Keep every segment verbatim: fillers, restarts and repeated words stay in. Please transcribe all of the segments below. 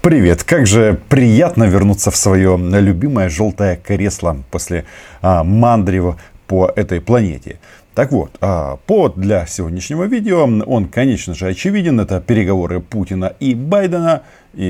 Привет! Как же приятно вернуться в свое любимое желтое кресло после а, мандрива по этой планете. Так вот, а, повод для сегодняшнего видео, он, конечно же, очевиден. Это переговоры Путина и Байдена.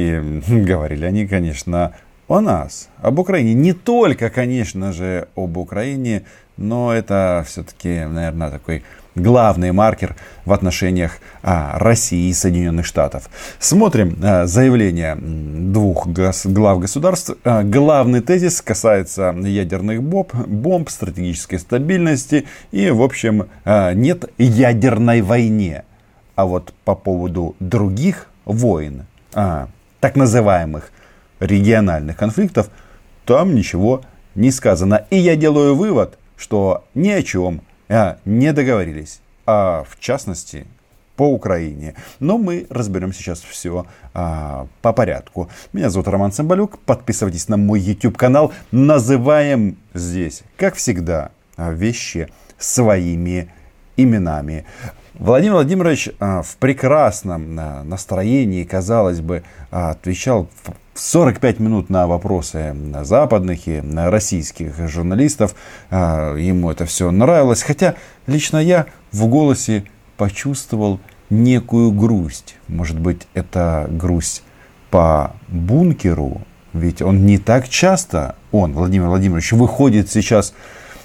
И говорили они, конечно, о нас, об Украине. Не только, конечно же, об Украине, но это все-таки, наверное, такой главный маркер в отношениях а, России и Соединенных Штатов. Смотрим а, заявление двух гос- глав государств. А, главный тезис касается ядерных бомб, бомб, стратегической стабильности и, в общем, а, нет ядерной войне. А вот по поводу других войн, а, так называемых региональных конфликтов, там ничего не сказано. И я делаю вывод, что ни о чем а, не договорились, а в частности по Украине. Но мы разберем сейчас все а, по порядку. Меня зовут Роман Цымбалюк. Подписывайтесь на мой YouTube канал. Называем здесь, как всегда, вещи своими именами. Владимир Владимирович а, в прекрасном а, настроении, казалось бы, а, отвечал сорок пять минут на вопросы западных и российских журналистов. А, ему это все нравилось. Хотя лично я в голосе почувствовал некую грусть. Может быть, это грусть по бункеру? Ведь он не так часто, он, Владимир Владимирович, выходит сейчас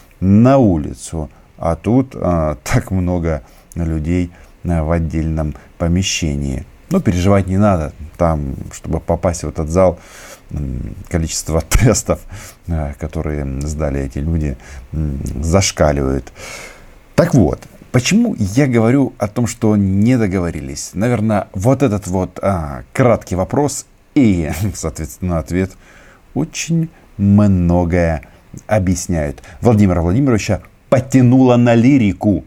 на улицу. А тут а, так много людей в отдельном помещении. Но переживать не надо. Там, чтобы попасть в этот зал, количество тестов, которые сдали эти люди, зашкаливает. Так вот, почему я говорю о том, что не договорились? Наверное, вот этот вот а, краткий вопрос и, соответственно, ответ очень многое объясняет. Владимира Владимировича потянуло на лирику.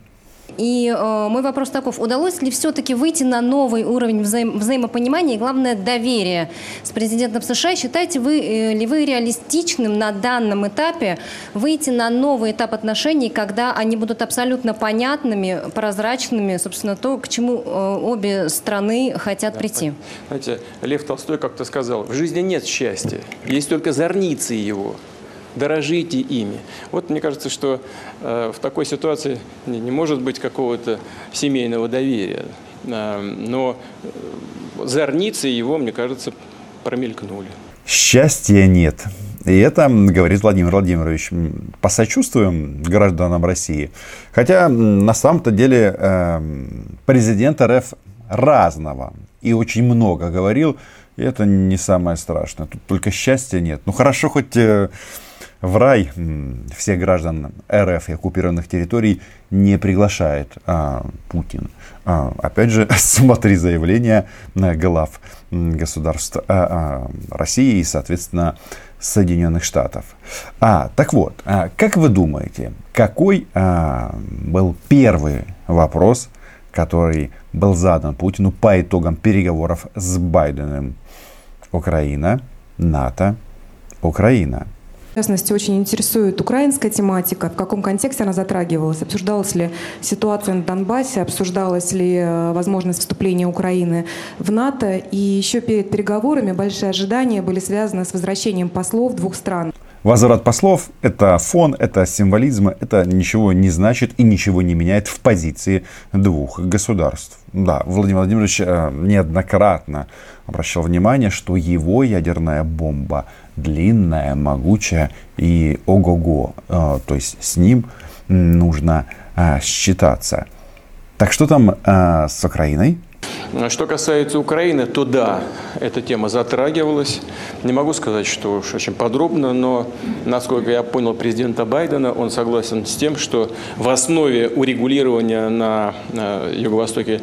И э, мой вопрос таков: удалось ли все-таки выйти на новый уровень взаим- взаимопонимания и, главное, доверия с президентом США? Считаете вы, э, ли вы реалистичным на данном этапе выйти на новый этап отношений, когда они будут абсолютно понятными, прозрачными, собственно, то, к чему э, обе страны хотят да, прийти? Знаете, Лев Толстой как-то сказал: в жизни нет счастья, есть только зорницы его. Дорожите ими. Вот мне кажется, что э, в такой ситуации не, не может быть какого-то семейного доверия. Э, но зорницы его, мне кажется, промелькнули. Счастья нет. И это говорит Владимир Владимирович. Посочувствуем гражданам России. Хотя на самом-то деле э, президент РФ разного и очень много говорил. И это не самое страшное. Тут только счастья нет. Ну хорошо, хоть... Э, В рай всех граждан РФ и оккупированных территорий не приглашает а, Путин. А, опять же, смотри заявление глав государств а, а, России и, соответственно, Соединенных Штатов. А, так вот, а, как вы думаете, какой а, был первый вопрос, который был задан Путину по итогам переговоров с Байденом? Украина, НАТО, Украина. В частности, очень интересует украинская тематика. В каком контексте она затрагивалась? Обсуждалась ли ситуация на Донбассе? Обсуждалась ли возможность вступления Украины в НАТО? И еще перед переговорами большие ожидания были связаны с возвращением послов двух стран. Возврат послов – это фон, это символизм, это ничего не значит и ничего не меняет в позиции двух государств. Да, Владимир Владимирович неоднократно обращал внимание, что его ядерная бомба длинная, могучая и ого-го. То есть с ним нужно считаться. Так что там с Украиной? Что касается Украины, то да, эта тема затрагивалась. Не могу сказать, что уж очень подробно, но, насколько я понял президента Байдена, он согласен с тем, что в основе урегулирования на юго-востоке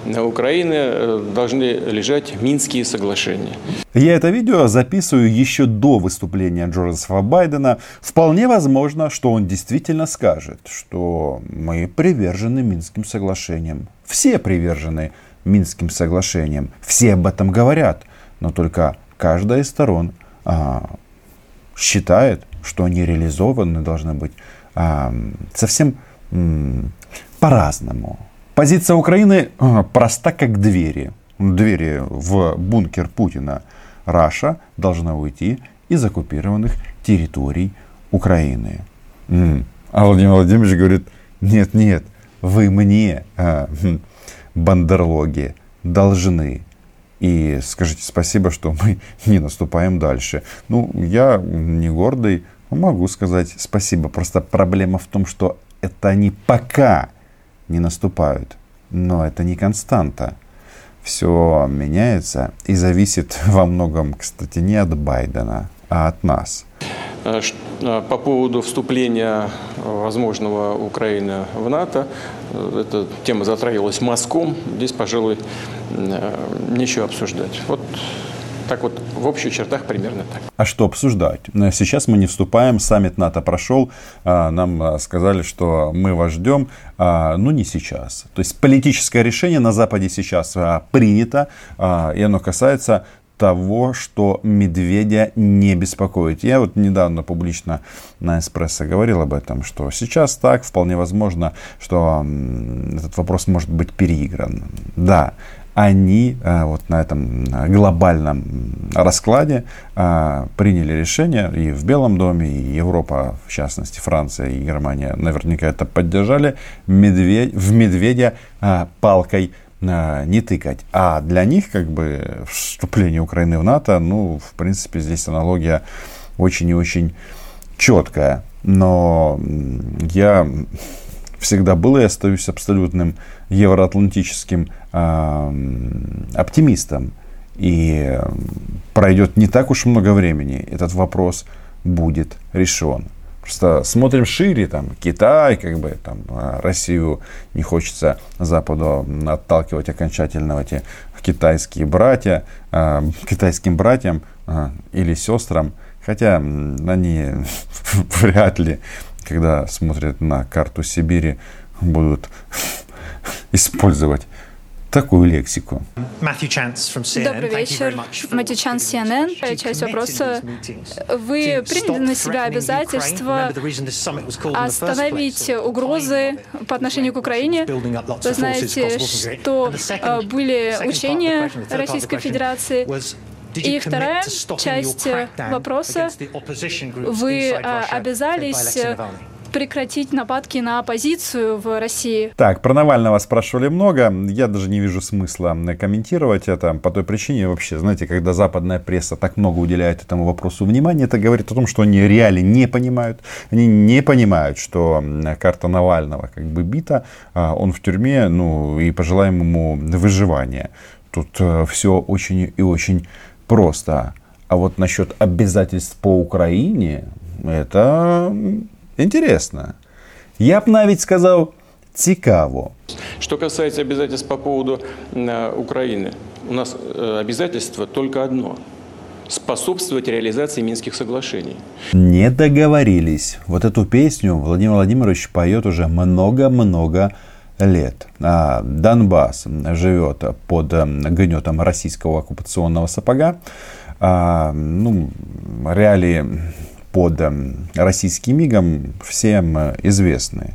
Украины должны лежать Минские соглашения. Я это видео записываю еще до выступления Джозефа Байдена. Вполне возможно, что он действительно скажет, что мы привержены Минским соглашениям. Все привержены Минским соглашениям. Все об этом говорят. Но только каждая из сторон а, считает, что они реализованы должны быть а, совсем м, по-разному. Позиция Украины а, проста как двери. Двери в бункер Путина. Раша должна уйти из оккупированных территорий Украины. М-м. А Владимир Владимирович говорит, нет, нет, вы мне, а, бандерлоги, должны. И скажите спасибо, что мы не наступаем дальше. Ну, я не гордый, могу сказать спасибо. Просто проблема в том, что это они пока не наступают. Но это не константа. Все меняется и зависит во многом, кстати, не от Байдена, а от нас. По поводу вступления возможного Украины в НАТО, эта тема затрагивалась мазком, здесь, пожалуй, нечего обсуждать. Вот так вот, в общих чертах примерно так. А что обсуждать? Сейчас мы не вступаем, саммит НАТО прошел, нам сказали, что мы вас ждем, но не сейчас. То есть политическое решение на Западе сейчас принято, и оно касается того, что Медведя не беспокоит. Я вот недавно публично на «Эспрессо» говорил об этом, что сейчас так, вполне возможно, что этот вопрос может быть переигран. Да, они вот на этом глобальном раскладе приняли решение, и в Белом доме, и Европа, в частности Франция и Германия, наверняка это поддержали, медведь, в Медведя палкой не тыкать. А для них, как бы, вступление Украины в НАТО, ну, в принципе, здесь аналогия очень и очень четкая. Но я всегда был и остаюсь абсолютным евроатлантическим э, оптимистом. И пройдет не так уж много времени, этот вопрос будет решен. Просто смотрим шире, там, Китай, как бы, там, Россию не хочется Западу отталкивать окончательно в эти китайские братья, э, китайским братьям э, или сестрам, хотя они вряд ли, когда смотрят на карту Сибири, будут использовать такую лексику. Добрый вечер. Матью Чан, си эн эн. Часть вопроса. Вы приняли на себя обязательство остановить угрозы по отношению к Украине? Вы знаете, что были учения Российской Федерации. И вторая часть вопроса. Вы обязались прекратить нападки на оппозицию в России? Так, про Навального спрашивали много. Я даже не вижу смысла комментировать это по той причине вообще. Знаете, когда западная пресса так много уделяет этому вопросу внимания, это говорит о том, что они реально не понимают. Они не понимают, что карта Навального как бы бита, он в тюрьме, ну и пожелаем ему выживания. Тут все очень и очень просто. А вот насчет обязательств по Украине, это интересно. Я б навіть сказав, цікаво. Что касается обязательств по поводу э, Украины, у нас э, обязательство только одно – способствовать реализации Минских соглашений. Не договорились. Вот эту песню Владимир Владимирович поет уже много-много лет. А Донбасс живет под гнетом российского оккупационного сапога. А, ну, реалии под российским мигом всем известны.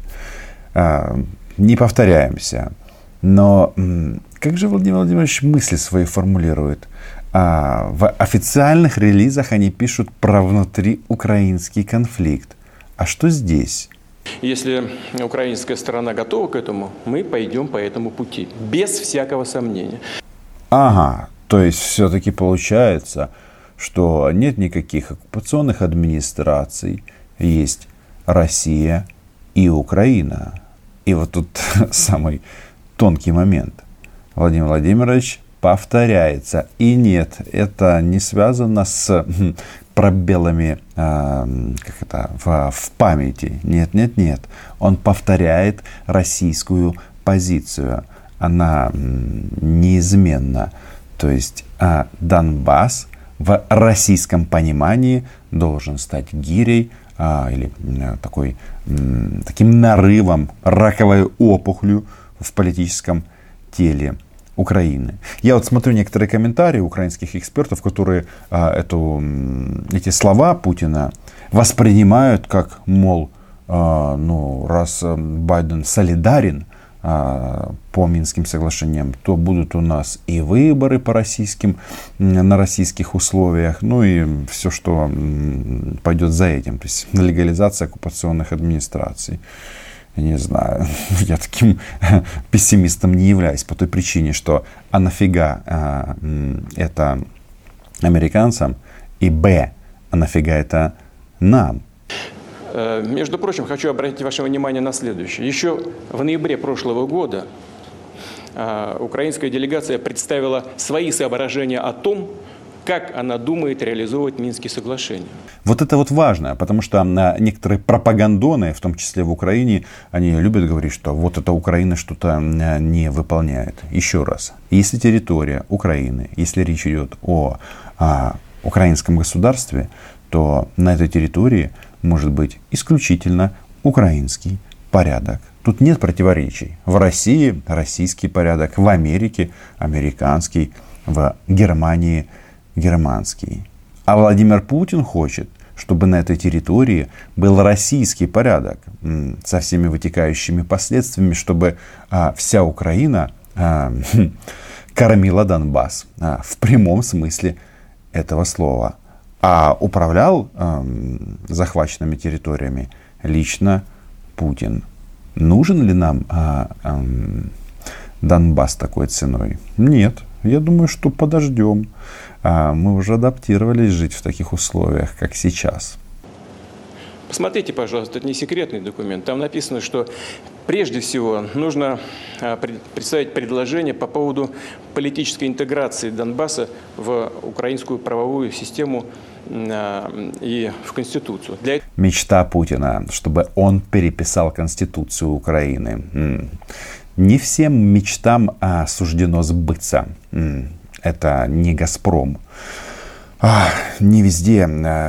Не повторяемся. Но как же Владимир Владимирович мысли свои формулирует? В официальных релизах они пишут про внутриукраинский конфликт. А что здесь? Если украинская сторона готова к этому, мы пойдем по этому пути. Без всякого сомнения. Ага, то есть все-таки получается, что нет никаких оккупационных администраций, есть Россия и Украина. И вот тут самый тонкий момент. Владимир Владимирович повторяется. И нет, это не связано с пробелами э, как это, в, в памяти. Нет, нет, нет. Он повторяет российскую позицию. Она неизменна. То есть э, Донбасс в российском понимании должен стать гирей а, или а, такой, м, таким нарывом, раковой опухолью в политическом теле Украины. Я вот смотрю некоторые комментарии украинских экспертов, которые а, эту, эти слова Путина воспринимают как, мол, а, ну, раз Байден солидарен по Минским соглашениям, то будут у нас и выборы по российским, на российских условиях, ну и все, что пойдет за этим. То есть легализация оккупационных администраций. Я не знаю, я таким пессимистом не являюсь по той причине, что а нафига а, это американцам, и б, а нафига это нам? Между прочим, хочу обратить ваше внимание на следующее. Еще в ноябре прошлого года украинская делегация представила свои соображения о том, как она думает реализовывать Минские соглашения. Вот это вот важно, потому что некоторые пропагандоны, в том числе в Украине, они любят говорить, что вот эта Украина что-то не выполняет. Еще раз, если территория Украины, если речь идет о, о украинском государстве, то на этой территории может быть исключительно украинский порядок. Тут нет противоречий. В России российский порядок, в Америке американский, в Германии германский. А Владимир Путин хочет, чтобы на этой территории был российский порядок со всеми вытекающими последствиями, чтобы а, вся Украина а, кормила Донбасс а, в прямом смысле этого слова. А управлял э, захваченными территориями лично Путин. Нужен ли нам э, э, Донбасс такой ценой? Нет. Я думаю, что подождем. Э, мы уже адаптировались жить в таких условиях, как сейчас. Посмотрите, пожалуйста, это не секретный документ. Там написано, что прежде всего нужно представить предложение по поводу политической интеграции Донбасса в украинскую правовую систему и в Конституцию. Для... Мечта Путина, чтобы он переписал Конституцию Украины. Не всем мечтам суждено сбыться. Это не «Газпром». Не везде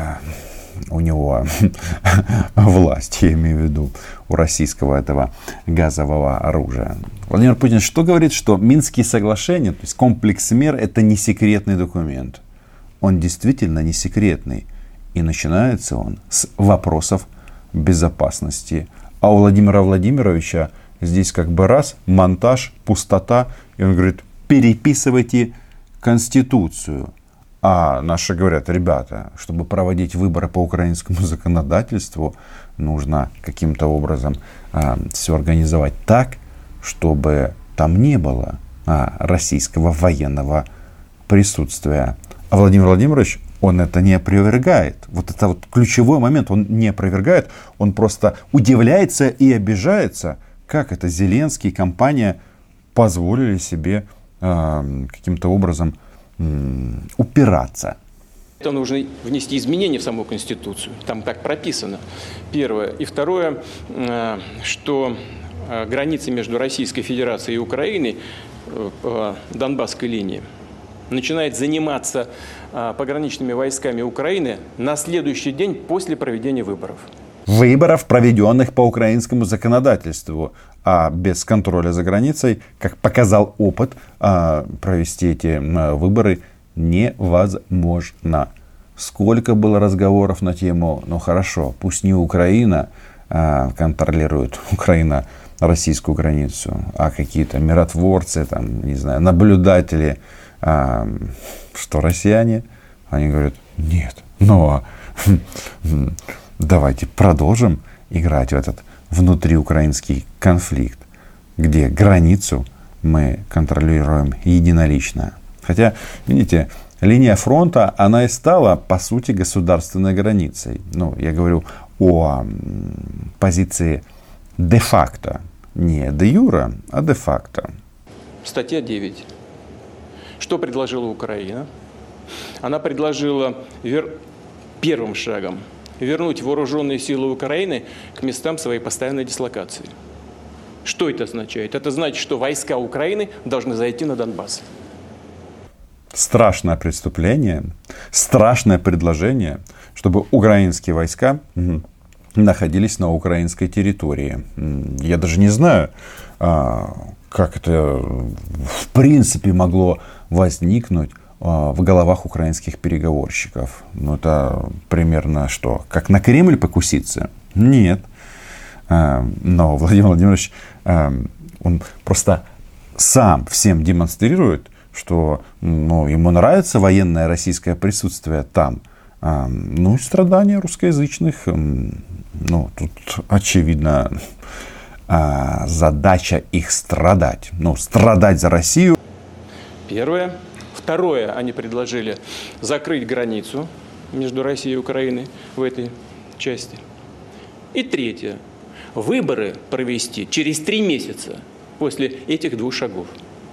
у него власть, я имею в виду, у российского этого газового оружия. Владимир Путин что говорит? Что Минские соглашения, то есть комплекс мер, это не секретный документ. Он действительно не секретный. И начинается он с вопросов безопасности. А у Владимира Владимировича здесь как бы раз, монтаж, пустота. И он говорит, переписывайте Конституцию. А наши говорят, ребята, чтобы проводить выборы по украинскому законодательству, нужно каким-то образом а, все организовать так, чтобы там не было а, российского военного присутствия. А Владимир Владимирович, он это не опровергает. Вот это вот ключевой момент, он не опровергает, он просто удивляется и обижается, как это Зеленский и компания позволили себе а, каким-то образом упираться. Это нужно внести изменения в саму Конституцию. Там так прописано. Первое. И второе, что границы между Российской Федерацией и Украиной по Донбасской линии начинает заниматься пограничными войсками Украины на следующий день после проведения выборов. Выборов, проведенных по украинскому законодательству, а без контроля за границей, как показал опыт, провести эти выборы невозможно. Сколько было разговоров на тему, ну хорошо, пусть не Украина контролирует, Украина, российскую границу, а какие-то миротворцы, там, не знаю, наблюдатели, что россияне, они говорят, нет, но давайте продолжим играть в этот внутриукраинский конфликт, где границу мы контролируем единолично. Хотя, видите, линия фронта, она и стала, по сути, государственной границей. Ну, я говорю о позиции де-факто. Не де-юра, а де-факто. Статья девять. Что предложила Украина? Она предложила вер... первым шагом вернуть вооруженные силы Украины к местам своей постоянной дислокации. Что это означает? Это значит, что войска Украины должны зайти на Донбасс. Страшное преступление, страшное предложение, чтобы украинские войска находились на украинской территории. Я даже не знаю, как это в принципе могло возникнуть в головах украинских переговорщиков. Ну, это примерно что? Как на Кремль покуситься? Нет. Но Владимир Владимирович Он просто сам всем демонстрирует, что ну, ему нравится военное российское присутствие там. А, ну и страдания русскоязычных. Ну, тут очевидно а, задача их страдать. Ну, страдать за Россию. Первое. Второе, они предложили закрыть границу между Россией и Украиной в этой части. И третье. Выборы провести через три месяца после этих двух шагов.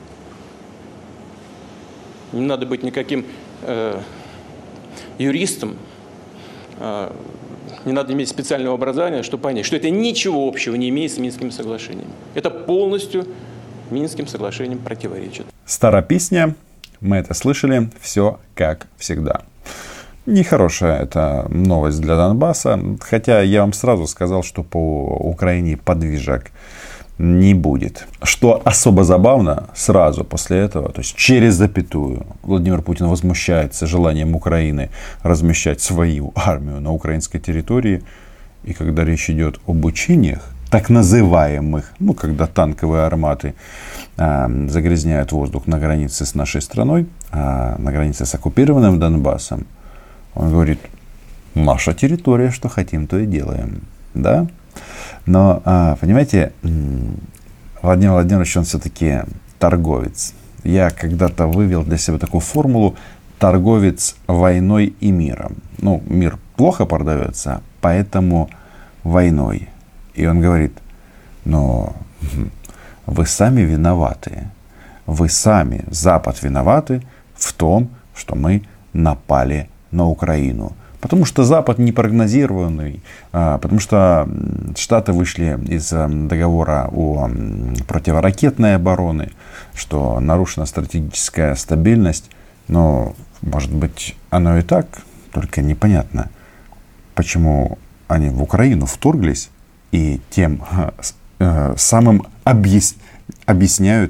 Не надо быть никаким э, юристом, э, не надо иметь специального образования, чтобы понять, что это ничего общего не имеет с Минскими соглашениями. Это полностью Минским соглашениям противоречит. Старая песня, мы это слышали, все как всегда. Нехорошая это новость для Донбасса, хотя я вам сразу сказал, что по Украине подвижек не будет. Что особо забавно, сразу после этого, то есть через запятую, Владимир Путин возмущается желанием Украины размещать свою армию на украинской территории. И когда речь идет об учениях, так называемых, ну, когда танковые арматы э, загрязняют воздух на границе с нашей страной, э, на границе с оккупированным Донбассом, он говорит, наша территория, что хотим, то и делаем. Да? Но, понимаете, Владимир Владимирович, он все-таки торговец. Я когда-то вывел для себя такую формулу: торговец войной и миром. Ну, мир плохо продается, поэтому войной. И он говорит, но вы сами виноваты. Вы сами, Запад, виноваты в том, что мы напали на Украину. Потому что Запад непрогнозированный, потому что Штаты вышли из договора о противоракетной обороне, что нарушена стратегическая стабильность. Но, может быть, оно и так, только непонятно, почему они в Украину вторглись и тем самым объяс... объясняют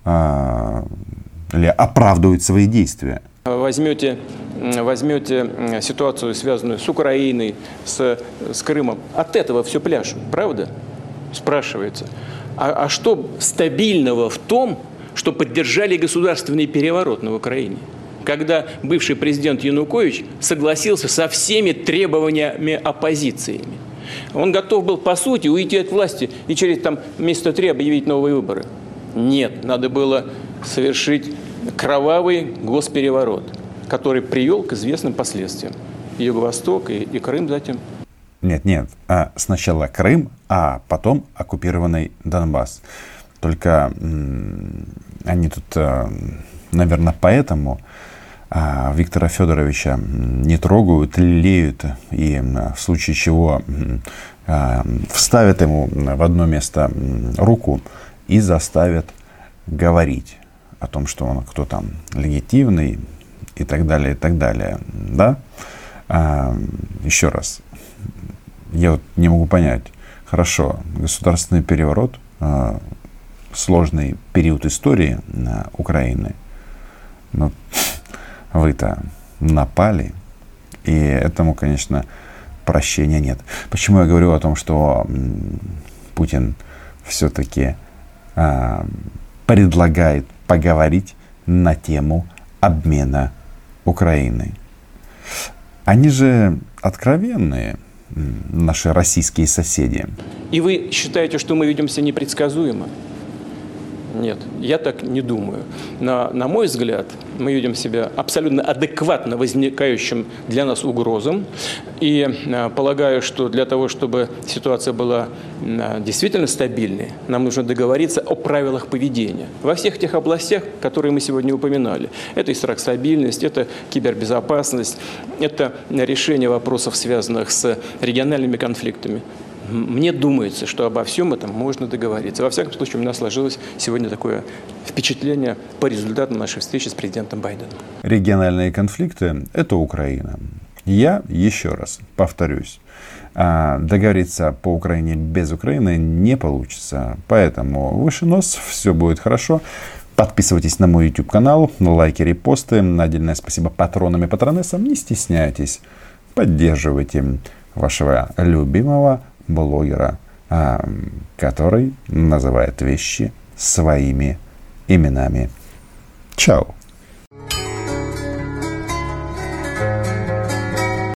или оправдывают свои действия. Возьмете, возьмете ситуацию, связанную с Украиной, с, с Крымом. От этого все пляшут, правда? Спрашивается. А, а что стабильного в том, что поддержали государственный переворот на Украине? Когда бывший президент Янукович согласился со всеми требованиями оппозициями. Он готов был, по сути, уйти от власти и через там, месяца три объявить новые выборы. Нет, надо было совершить кровавый госпереворот, который привел к известным последствиям. Юго-Восток и, и Крым затем. Нет, нет. А сначала Крым, а потом оккупированный Донбасс. Только м- они тут, а, наверное, поэтому а, Виктора Федоровича не трогают, лелеют и а, в случае чего а, вставят ему в одно место руку и заставят говорить о том, что он кто там легитимный и так далее, и так далее. Да? А, еще раз. Я вот не могу понять. Хорошо, государственный переворот, а, сложный период истории а, Украины. Но вы-то напали. И этому, конечно, прощения нет. Почему я говорю о том, что м, Путин все-таки а, предлагает поговорить на тему обмена Украины. Они же откровенные, наши российские соседи. И вы считаете, что мы ведемся непредсказуемо? Нет, я так не думаю. На, на мой взгляд, мы ведем себя абсолютно адекватно возникающим для нас угрозам. И а, полагаю, что для того, чтобы ситуация была а, действительно стабильной, нам нужно договориться о правилах поведения во всех тех областях, которые мы сегодня упоминали. Это и стабильность, это кибербезопасность, это решение вопросов, связанных с региональными конфликтами. Мне думается, что обо всем этом можно договориться. Во всяком случае, у меня сложилось сегодня такое впечатление по результатам нашей встречи с президентом Байденом. Региональные конфликты – это Украина. Я еще раз повторюсь. Договориться по Украине без Украины не получится. Поэтому выше нос, все будет хорошо. Подписывайтесь на мой YouTube-канал, лайки, репосты. Отдельное спасибо патронам и патронессам. Не стесняйтесь. Поддерживайте вашего любимого блогера, который называет вещи своими именами. Чао.